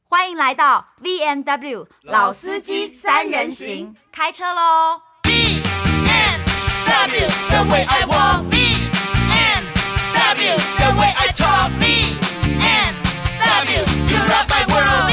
欢迎来到 V&W 老司机三人行，开车喽 V&W the way I walk, V&W the way I talk, V&W you rock my world,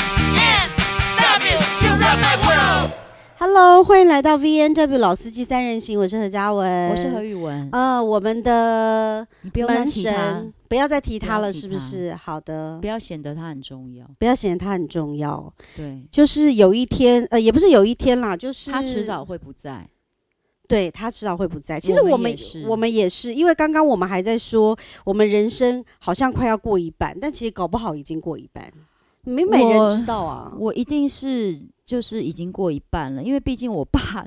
V&W you rock my world。Hello， 欢迎来到 V&W 老司机三人行，我是何嘉文， 我是何宇文。 我们的门神不要再提他了，是不是？好的， 不要显得他很重要， 不要显得他很重要。 对， 就是有一天，也不是有一天啦，就是他迟早会不在。 对，他迟早会不在。其实我们也是，因为刚刚我们还在说，我们人生好像快要过一半，但其实搞不好已经过一半。没人知道啊。 我一定是就是已经过一半了，因为毕竟我爸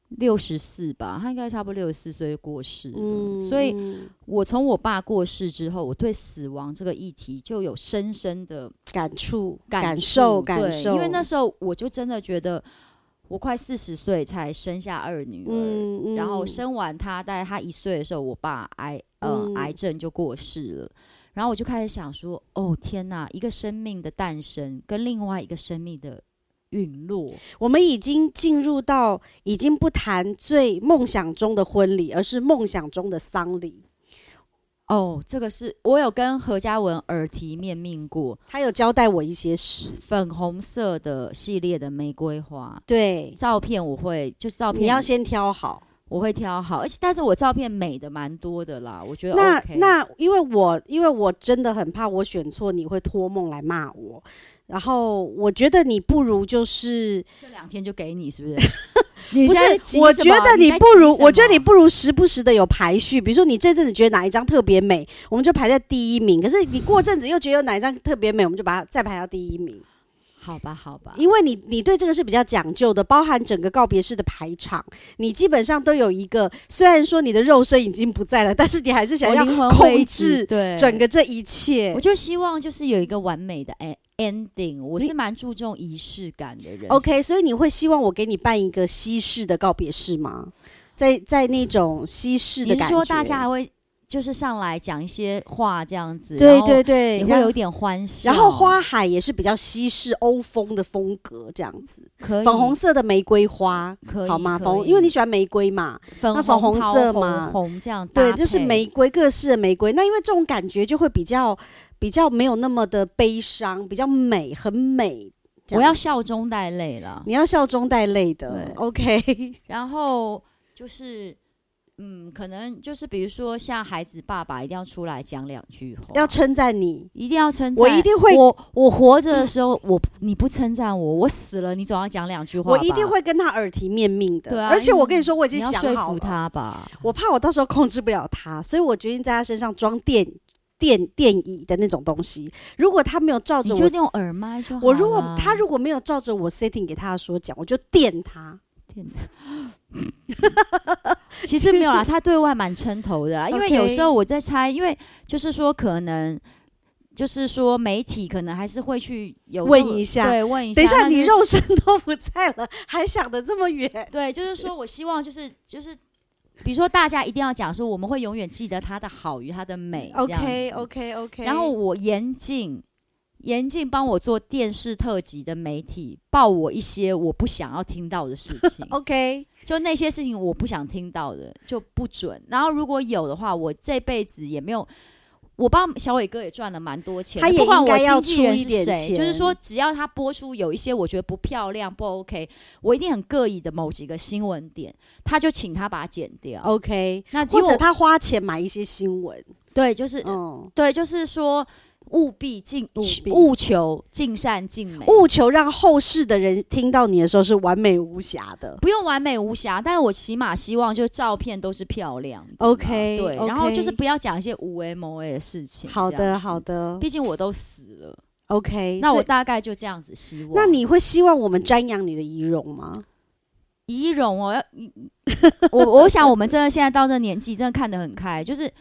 64吧，他应该差不多64岁过世了，所以我从我爸过世之后，我对死亡这个议题就有深深的感受， 因为那时候我就真的觉得。我快40岁才生下2女儿，然后生完他，大概他1岁的时候，我爸癌症就过世了。然后我就开始想说，哦天哪，一个生命的诞生跟另外一个生命的陨落， 我们已经进入到已经不谈最梦想中的婚礼，而是梦想中的丧礼。 哦，这个是我有跟何嘉文耳提面命过， 他有交代我一些事。 粉红色的系列的玫瑰花， 对， 照片我会就是照片你要先挑好， 我会挑好，而且但是我照片美的蛮多的啦，我觉得 OK。 那因为我真的很怕我选错，你会托梦来骂我。然后我觉得你不如就是这2天就给你，是不是？ 不是，我觉得你不如时不时的有排序，比如说你这阵子觉得哪一张特别美，我们就排在第1名。可是你过阵子又觉得有哪一张特别美，我们就把它再排到第1名。 好吧， 因为你对这个是比较讲究的，包含整个告别式的排场，你基本上都有一个。虽然说你的肉身已经不在了，但是你还是想要控制整个这一切。 我就希望就是有一个完美的ending， 我是蛮注重仪式感的人。 OK， 所以你会希望我给你办一个西式的告别式吗？在那种西式的感觉， 你是说大家还会就是上来讲一些话这样子？ 对对对， 也会有点欢笑。 然后花海也是比较西式欧风的风格，这样子。 可以， 粉红色的玫瑰花，可以好吗？因为你喜欢玫瑰嘛，那粉红色嘛， 红这样对，就是玫瑰，各式的玫瑰。那因为这种感觉就会比较没有那么的悲伤，比较美，很美。 我要笑中带泪了， 你要笑中带泪的 ，OK。 然后就是。可能就是比如说像孩子爸爸一定要出来讲2句话， 要称赞你， 一定要称赞。 我一定会， 我活着的时候，你不称赞我，我死了你总要讲2句话吧。 我一定会跟他耳提面命的。 对啊， 而且我跟你说，我已经想好了， 你要说服他吧。 我怕我到时候控制不了他，所以我决定在他身上装电椅的那种东西。如果他没有照着我， 你就用耳麦就好了。 他如果没有照着我 setting 给他的说讲，我就电他。 其实没有啦，他对外蛮称头的啦。因为有时候我在猜，因为就是说可能就是说媒体可能还是会去问一下， 对，问一下。 等一下，你肉身都不在了，还想得这么远？ 对，就是说我希望就是比如说大家一定要讲说，我们会永远记得他的好与他的美。 OK。 然后我严禁帮我做电视特辑的媒体报我一些我不想要听到的事情。 OK， 就那些事情我不想听到的就不准。然后如果有的话，我这辈子也没有。我帮小伟哥也赚了蛮多钱， 他也不管我要经纪人是出一点谁，就是说只要他播出有一些我觉得不漂亮不 OK， 我一定很膈应的某几个新闻点，他就请他把它剪掉。 OK， 那或者他花钱买一些新闻。 对，就是对，就是说。务求尽善尽美， 务求让后世的人听到你的时候是完美无瑕的。 不用完美无瑕，但是我起码希望就是照片都是漂亮的。 OK， 对，然后就是不要讲一些无为谋为的事情。 好的， 毕竟我都死了。 OK， 那我大概就这样子希望。 那你会希望我们瞻仰你的仪容吗？ 仪容我想我们真的现在到这个年纪，真的看得很开，就是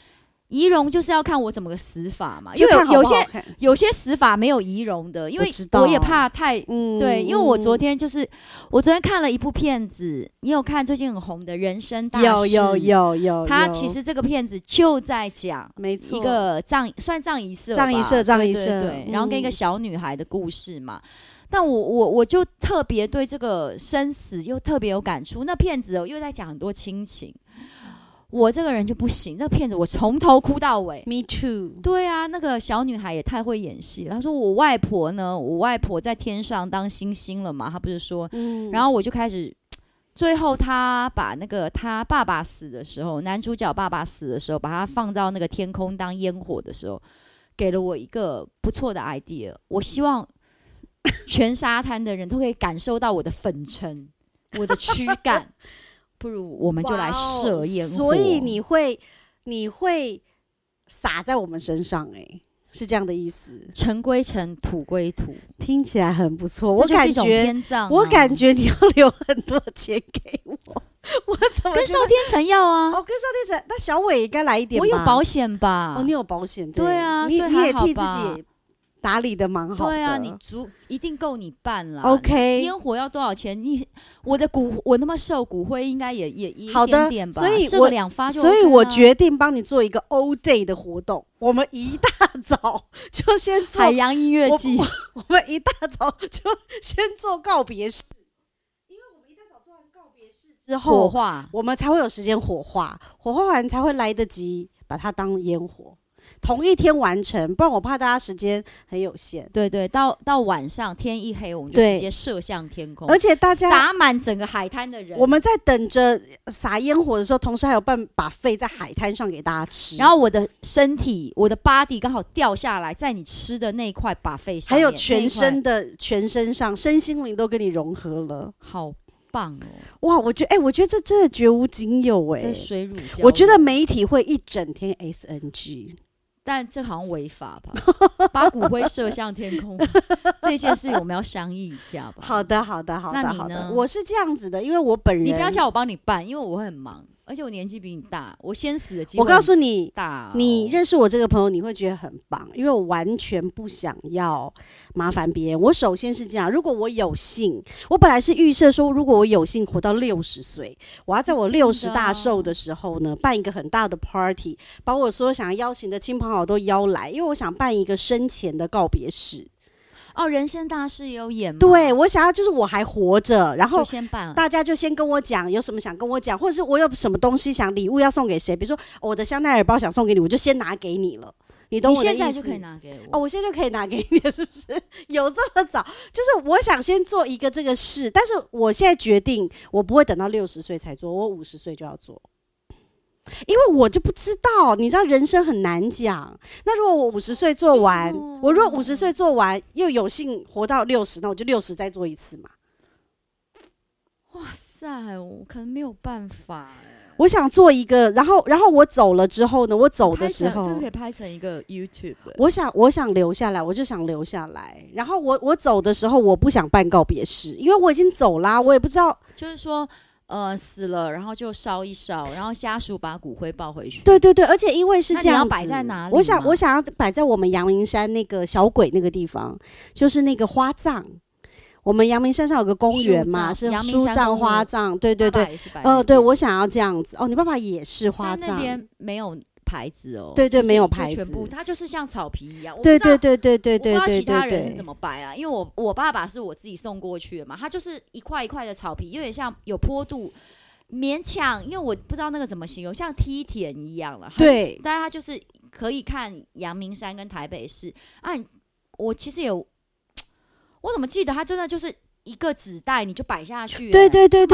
仪容就是要看我怎么个死法嘛，因就为看好不好看有些死法没有仪容的，因为我也怕太对，因为我昨天看了一部片子，你有看最近很红的人生大事？ 有， 他其实这个片子就在讲， 没错， 一个葬仪社，对，然后跟一个小女孩的故事嘛。但我就特别对这个生死又特别有感触，那片子又在讲很多亲情。我这个人就不行，那个片子我从头哭到尾。 Me too。 对啊，那个小女孩也太会演戏了。她说我外婆在天上当星星了嘛，她不是说，然后我就开始，最后她把那个她爸爸死的时候，男主角爸爸死的时候，把他放到那个天空当烟火的时候，给了我一个不错的 idea。我希望全沙滩的人都可以感受到我的粉尘，我的躯干。不如我们就来射烟火， 所以你会洒在我们身上，是这样的意思。 尘归尘，土归土， 听起来很不错。 我感觉， 我感觉你要留很多钱给我。我怎么跟邵天成要啊？ 跟邵天成，那小伟应该来一点吧。 我有保险吧？ 你有保险？ 对啊， 你也替自己打理的蛮好的。 对啊，你一定够你办啦。 OK， 烟火要多少钱？我那么瘦，骨灰应该也好的， 一点点吧。 所以射个2发就 OK 所以我决定帮你做一个 all day 的活动。我们一大早就先做海洋音乐季， 我们一大早就先做告别式，因为我们一大早做完告别式之后， 火化，我们才会有时间火化，火化完才会来得及把它当烟火。同一天完成，不然我怕大家时间很有限。 对，到晚上天一黑，我们就直接射向天空， 而且大家洒满整个海滩的人。 我们在等着撒烟火的时候，同时还有办把肺在海滩上给大家吃。 然后我的身体，我的 body 刚好掉下来，在你吃的那一块把肺上面， 还有全身上，身心灵都跟你融合了， 好棒哦！ 哇，我觉得这真的绝无仅有这水乳交融。 我觉得媒体会一整天 SNG。 但这好像违法吧？把骨灰射向天空这件事，我们要商议一下吧。 好的。 那你呢？ 我是这样子的，因为我本人， 你不要叫我帮你办，因为我会很忙，而且我年纪比你大，我先死的机会我告诉你大你认识我这个朋友，你会觉得很棒，因为我完全不想要麻烦别人。我首先是这样，如果我有幸，我本来是预设说，如果我有幸活到60岁，我要在我60大寿的时候呢，办一个很大的 party， 把我所有想要邀请的亲朋好友都邀来，因为我想办一个生前的告别式。 人生大事也有演吗？ 对，我想要就是我还活着，然后先办， 大家就先跟我讲有什么想跟我讲，或者是我有什么东西想礼物要送给谁，比如说我的香奈儿包想送给你，我就先拿给你了。你懂我的意思？ 你现在就可以拿给我我现在就可以拿给你了，是不是？有这么早？就是我想先做一个这个事，但是我现在决定，我不会等到60岁才做，我50岁就要做。因为我就不知道，你知道人生很难讲。那如果我50岁做完，我如果50岁做完又有幸活到60，那我就60再做一次嘛。 哇塞，我可能没有办法我想做一个，然后我走了之后呢？我走的时候， 这个可以拍成一个 YouTube。 我想留下来，我就想留下来。然后我走的时候，我不想办告别式，因为我已经走啦，我也不知道， 就是说。死了，然后就烧一烧，然后家属把骨灰抱回去。 对，而且因为是这样子， 那你要摆在哪里？ 我想要摆在我们阳明山那个小鬼那个地方，就是那个花葬。我们阳明山上有个公园嘛，是书葬花葬。对，对，我想要这样子。你爸爸也是花葬， 那边没有牌子哦。 对，没有牌子， 全部它就是像草皮一样。 对，我不知道其他人是怎么摆啊，因为我爸爸是我自己送过去的嘛，它就是一块一块的草皮，有点像有坡度，勉强，因为我不知道那个怎么形容，像梯田一样了。 对， 但它就是可以看阳明山跟台北市啊。我其实有，我怎么记得它真的就是一个纸袋你就摆下去。对。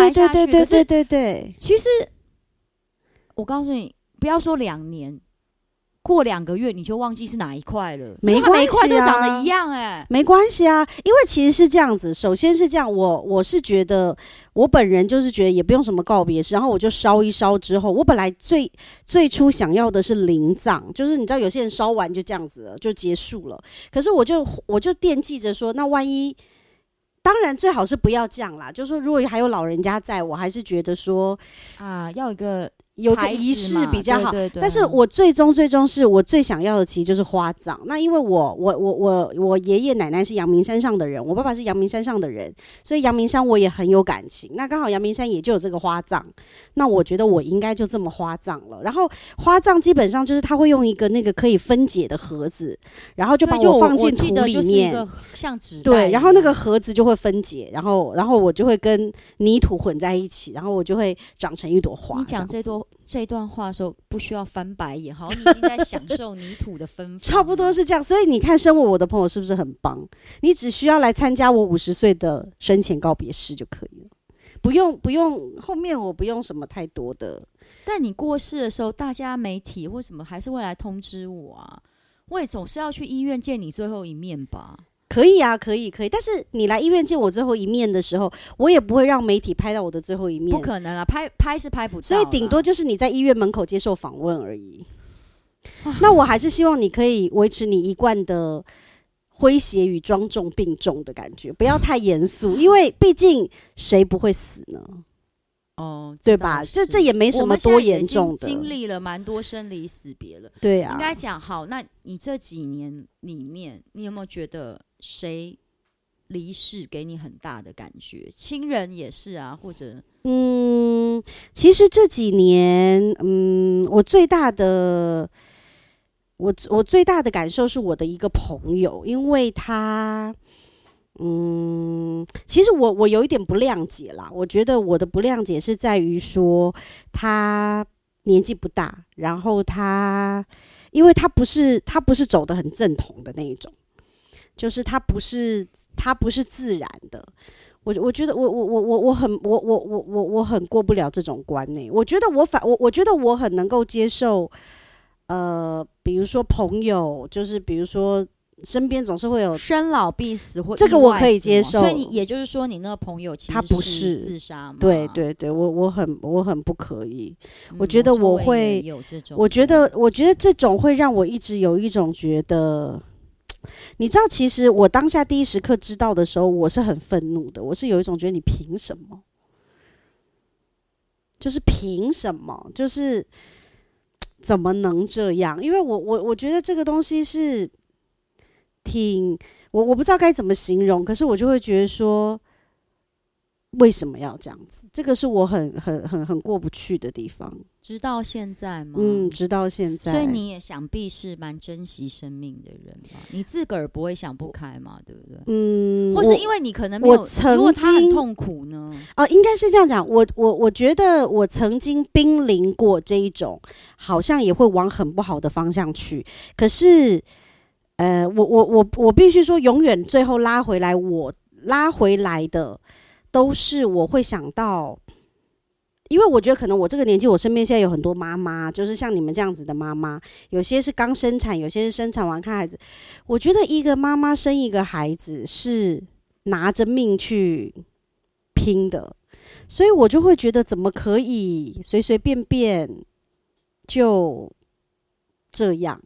其实我告诉你。不要说2年，过2个月你就忘记是哪一块了。 没关系啊， 每一块都长得一样没关系啊，因为其实是这样子。首先是这样，我是觉得我本人就是觉得也不用什么告别式，然后我就烧一烧之后，我本来最初想要的是灵葬，就是你知道有些人烧完就这样子了，就结束了。可是我就惦记着说，那万一。当然最好是不要这样啦，就是说如果还有老人家在，我还是觉得说要有个仪式比较好， 对， 但是我最终是我最想要的，其实就是花葬。那因为我爷爷奶奶是阳明山上的人，我爸爸是阳明山上的人，所以阳明山我也很有感情。那刚好阳明山也就有这个花葬，那我觉得我应该就这么花葬了。然后花葬基本上就是他会用一个那个可以分解的盒子，然后就把我放进土里面， 像纸袋， 对，然后那个盒子就会分解，然后我就会跟泥土混在一起，然后我就会长成一朵花。 你讲这段话的时候不需要翻白眼，好像你已经在享受泥土的芬芳， 差不多是这样。所以你看，身为我的朋友是不是很棒？你只需要来参加我50岁的生前告别式就可以了，不用后面我不用什么太多的。 但你过世的时候，大家媒体或什么还是会来通知我啊，我也总是要去医院见你最后一面吧。 可以啊，可以。但是你来医院见我最后一面的时候，我也不会让媒体拍到我的最后一面， 不可能啊，拍是拍不到， 所以顶多就是你在医院门口接受访问而已。那我还是希望你可以维持你一贯的诙谐与庄重并重的感觉，不要太严肃，因为毕竟谁不会死呢？ 哦， 对吧？这也没什么多严重的， 经历了蛮多生离死别了。 对啊， 应该讲好。那你这几年里面，你有没有觉得谁离世给你很大的感觉？亲人也是啊，或者其实这几年，我最大的感受是我的一个朋友，因为他。其实我有一点不谅解啦。我觉得我的不谅解是在于说，他年纪不大，然后因为他不是走得很正统的那一种，就是他不是自然的。我觉得我很过不了这种关呢。我觉得我很能够接受，比如说朋友，就是比如说。身边总是会有生老病死或这个我可以接受， 所以也就是说，你那个朋友其实他不是自杀吗？ 对，我很不可以。我觉得我会有这种， 我觉得这种会让我一直有一种觉得，你知道，其实我当下第一时刻知道的时候，我是很愤怒的，我是有一种觉得你凭什么？就是凭什么？就是怎么能这样？因为我觉得这个东西是。我不知道该怎么形容，可是我就会觉得说，为什么要这样子？这个是我很过不去的地方。 直到现在吗？ 直到现在。 所以你也想必是蛮珍惜生命的人吧？你自个儿不会想不开嘛？对不对？或是因为你可能没有，如果他很痛苦呢？ 应该是这样讲。我觉得我曾经濒临过这一种，好像也会往很不好的方向去，可是。我必须说，永远最后拉回来的，都是我会想到，因为我觉得可能我这个年纪，我身边现在有很多妈妈，就是像你们这样子的妈妈，有些是刚生产，有些是生产完看孩子。我觉得一个妈妈生一个孩子是拿着命去拼的，所以我就会觉得怎么可以随随便便就这样。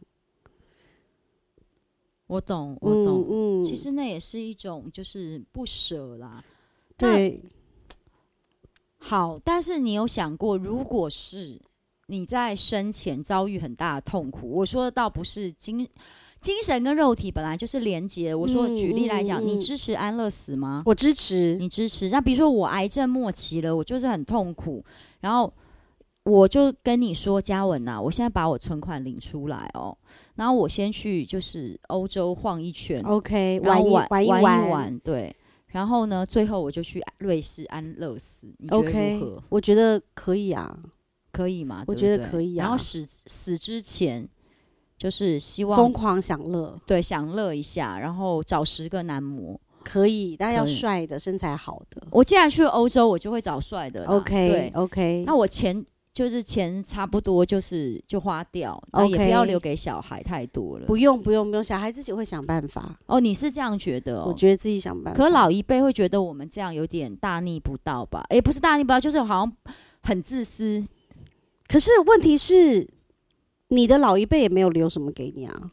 我懂，其实那也是一种就是不舍啦。 对， 好，但是你有想过，如果是你在生前遭遇很大的痛苦，我说的倒不是精神跟肉体本来就是连结。我说举例来讲，你支持安乐死吗？ 我支持， 你支持。那比如说我癌症末期了，我就是很痛苦，然后我就跟你说，嘉文啊，我现在把我存款领出来哦。然后我先去就是欧洲晃一圈 ，OK， 玩一玩， 对。然后呢，最后我就去瑞士安乐死，你觉得如何？ 我觉得可以啊， 可以嘛？ 我觉得可以啊。 然后死之前，就是希望疯狂享乐， 对，享乐一下，然后找10个男模， 可以，但要帅的，身材好的。 我既然去欧洲，我就会找帅的 ，OK。 那我钱差不多就花掉，那也不要留给小孩太多了。 不用，小孩自己会想办法。 哦，你是这样觉得哦？ 我觉得自己想办法。 可老一辈会觉得我们这样有点大逆不道吧？不是大逆不道，就是好像很自私。 可是问题是，你的老一辈也没有留什么给你啊。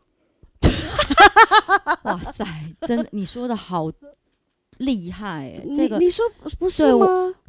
哇塞，真的，你说的好厉害这个你说不是吗？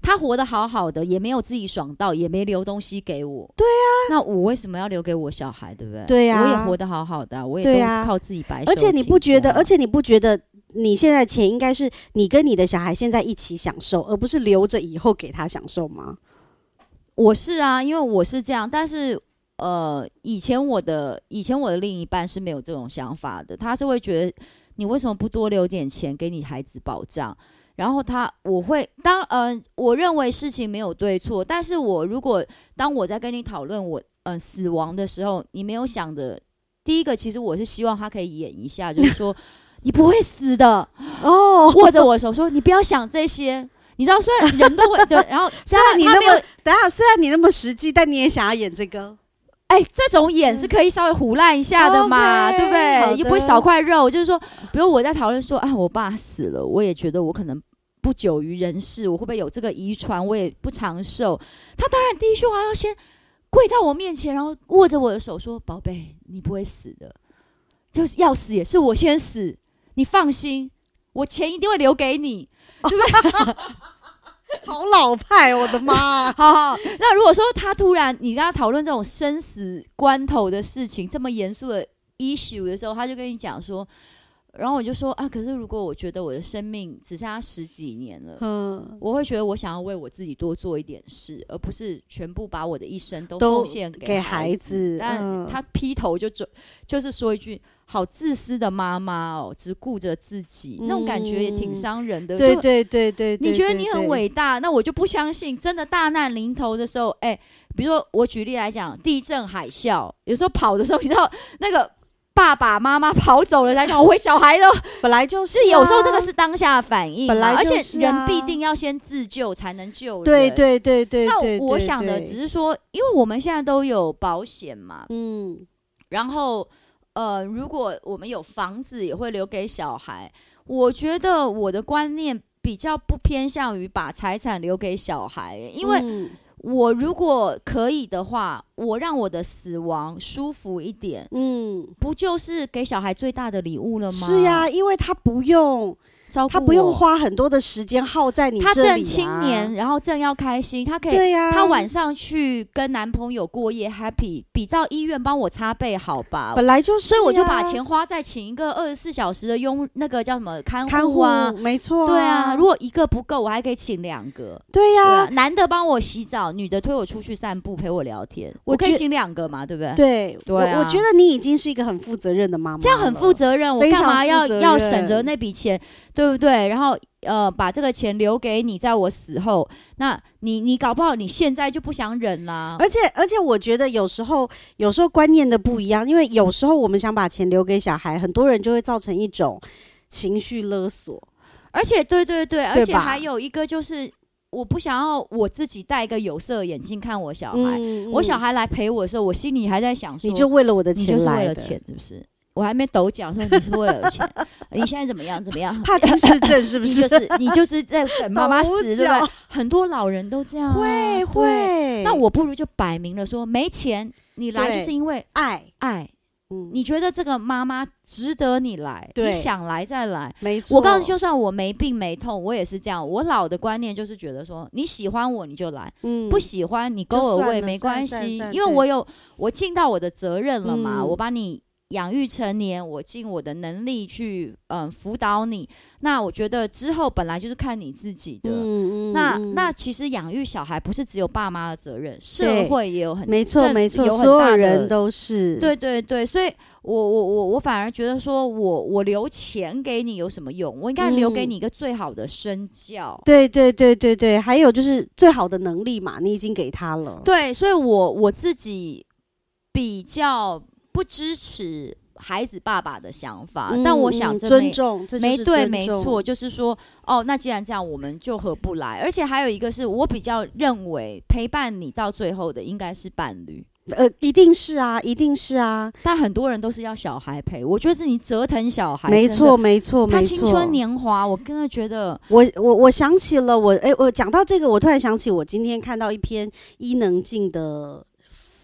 他活得好好的，也没有自己爽到，也没留东西给我。 对啊， 那我为什么要留给我小孩？对不对？ 对啊， 我也活得好好的，我也都靠自己白手起家。 而且你不觉得？你现在钱应该是你跟你的小孩现在一起享受，而不是留着以后给他享受吗？ 我是啊，因为我是这样，但是以前我的另一半是没有这种想法的，他是会觉得你为什么不多留点钱给你孩子保障？然后我认为事情没有对错，但是当我在跟你讨论我死亡的时候，你没有想的第一个，其实我是希望他可以演一下，就是说你不会死的哦，握着我的手说你不要想这些。你知道，虽然人都会对，然后虽然你那么实际，但你也想要演这个。 这种演是可以稍微唬烂一下的嘛，对不对？又不会少块肉。就是说，比如我在讨论说啊，我爸死了，我也觉得我可能不久于人世，我会不会有这个遗传？我也不长寿。他当然第一句话要先跪到我面前，然后握着我的手说：“宝贝，你不会死的，就是要死也是我先死，你放心，我钱一定会留给你，对不对？” 好老派，我的妈！ 好，那如果说他突然你跟他讨论这种生死关头的事情，这么严肃的 issue 的时候，他就跟你讲说，然后我就说啊，可是如果我觉得我的生命只剩下10几年了，我会觉得我想要为我自己多做一点事，而不是全部把我的一生都奉献给孩子。但他劈头就是说一句。好自私的妈妈哦，只顾着自己，那种感觉也挺伤人的。 对， 你觉得你很伟大，那我就不相信。真的大难临头的时候，比如说我举例来讲，地震、海啸，有时候跑的时候，你知道那个爸爸妈妈跑走了才讲，我回小孩了， 本来就是啊， 有时候这个是当下的反应， 本来就是啊， 而且人必定要先自救才能救人。 对。 那我想的只是说，因为我们现在都有保险嘛，然后。如果我们有房子，也会留给小孩。我觉得我的观念比较不偏向于把财产留给小孩，因为我如果可以的话，我让我的死亡舒服一点，不就是给小孩最大的礼物了吗？ 是呀，因为他不用。他不用花很多的时间耗在你这里， 他正青年，然后正要开心，他可以，他晚上去跟男朋友过夜 happy， 比到医院帮我擦背好吧？ 本来就是， 所以我就把钱花在请一个24小时的那个叫什么看护啊， 没错， 对啊，如果一个不够，我还可以请2个， 对呀， 男的帮我洗澡，女的推我出去散步陪我聊天，我可以请2个嘛，对不对？ 对啊，我觉得你已经是一个很负责任的妈妈了， 这样很负责任，我干嘛要省着那笔钱？对不对？然后把这个钱留给你，在我死后，那你搞不好你现在就不想忍啦。 而且我觉得有时候观念的不一样，因为有时候我们想把钱留给小孩，很多人就会造成一种情绪勒索。 而且对，而且还有一个就是。我不想要我自己戴一个有色眼镜看我小孩，我小孩来陪我的时候，我心里还在想说， 你就为了我的钱来的， 你就是为了钱，是不是？我还没抖脚说你是为了钱，你现在怎么样？ 怕金失症是不是？ 你就是在等妈妈死，对不对？很多老人都这样啊， 会。 那我不如就摆明了说，没钱，你来就是因为爱。你觉得这个妈妈值得你来，你想来再来， 没错。 我告诉你，就算我没病没痛，我也是这样。我老的观念就是觉得说，你喜欢我你就来，不喜欢你go away没关系，因为我尽到我的责任了嘛，我把你养育成年，我尽我的能力去辅导你。那我觉得之后本来就是看你自己的。那其实养育小孩不是只有爸妈的责任，社会也有很没错，所有人都是。 对，所以我反而觉得说我留钱给你有什么用？我应该留给你一个最好的身教。 对，还有就是最好的能力嘛，你已经给他了。 对，所以我自己比较不支持孩子爸爸的想法，但我想尊重，这就是尊重， 没错，就是说，那既然这样，我们就合不来。而且还有一个是我比较认为，陪伴你到最后的应该是伴侣。 一定是啊。 但很多人都是要小孩陪，我觉得是你折腾小孩， 没错。 他青春年华，我真的觉得， 我想起了我讲到这个，我突然想起我今天看到一篇伊能静的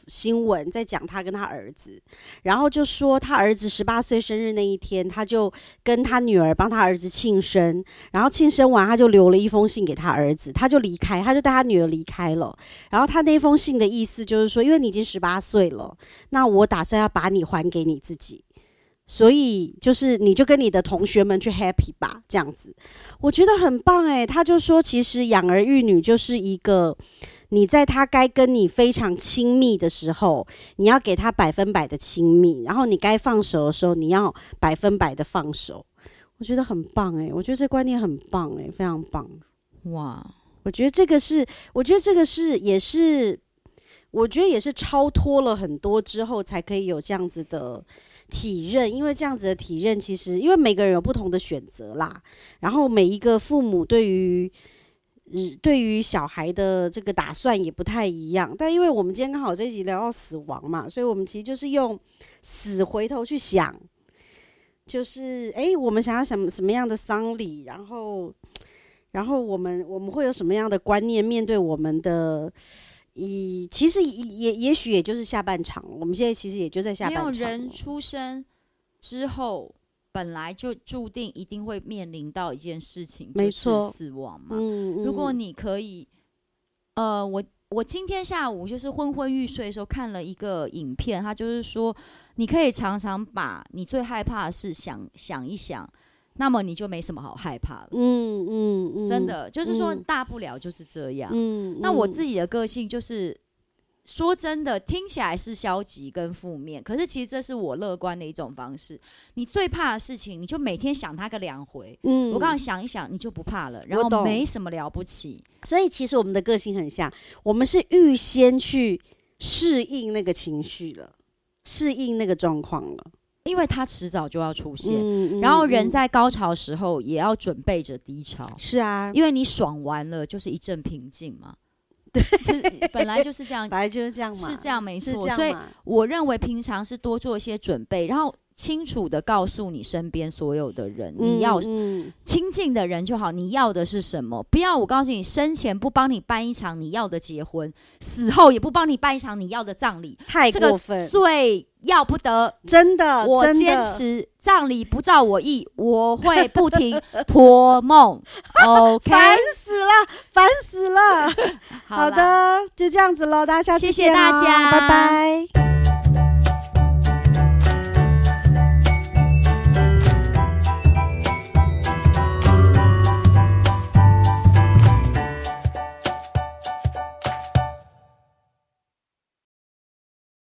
新闻在讲他跟他儿子，然后就说他儿子18岁生日那一天，他就跟他女儿帮他儿子庆生，然后庆生完他就留了一封信给他儿子，他就离开，他就带他女儿离开了。然后他那封信的意思就是说，因为你已经18岁了，那我打算要把你还给你自己，所以就是你就跟你的同学们去 happy 吧，这样子我觉得很棒欸。他就说其实养儿育女就是一个你在他该跟你非常亲密的时候，你要给他100%的亲密，然后你该放手的时候，你要100%的放手。我觉得很棒欸，我觉得这观念很棒欸，非常棒。 哇， 我觉得这个是也是超脱了很多之后才可以有这样子的体认，因为这样子的体认其实因为每个人有不同的选择啦，然后每一个父母对于小孩的这个打算也不太一样，但因为我们今天刚好这一集聊到死亡嘛，所以我们其实就是用死回头去想，就是我们想要什么样的丧礼，然后我们会有什么样的观念面对我们的其实也许也就是下半场，我们现在其实也就在下半场。 没有人出生之后本来就注定一定会面临到一件事情， 没错， 就是死亡嘛。如果你可以，我今天下午就是昏昏欲睡的时候看了一个影片，它就是说，你可以常常把你最害怕的事想一想，那么你就没什么好害怕了。真的就是说，大不了就是这样。那我自己的个性就是。说真的，听起来是消极跟负面，可是其实这是我乐观的一种方式。你最怕的事情，你就每天想它个2回。我刚刚想一想，你就不怕了，然后没什么了不起。 所以其实我们的个性很像，我们是预先去适应那个情绪了，适应那个状况了， 因为它迟早就要出现。然后人在高潮的时候也要准备着低潮。 是啊， 因为你爽完了就是一阵平静嘛。对，本来就是这样， 本来就是这样嘛， 是这样没错。所以我认为平常是多做一些准备，然后清楚的告诉你身边所有的人，你要亲近的人就好，你要的是什么？不要我告诉你，生前不帮你办一场你要的结婚，死后也不帮你办一场你要的葬礼， 太过分， 这个最要不得。 真的， 我坚持葬礼不照我意，我会不停托梦。OK， 烦死了。好的，就这样子咯，大家下次见咯， 谢谢大家， 拜拜。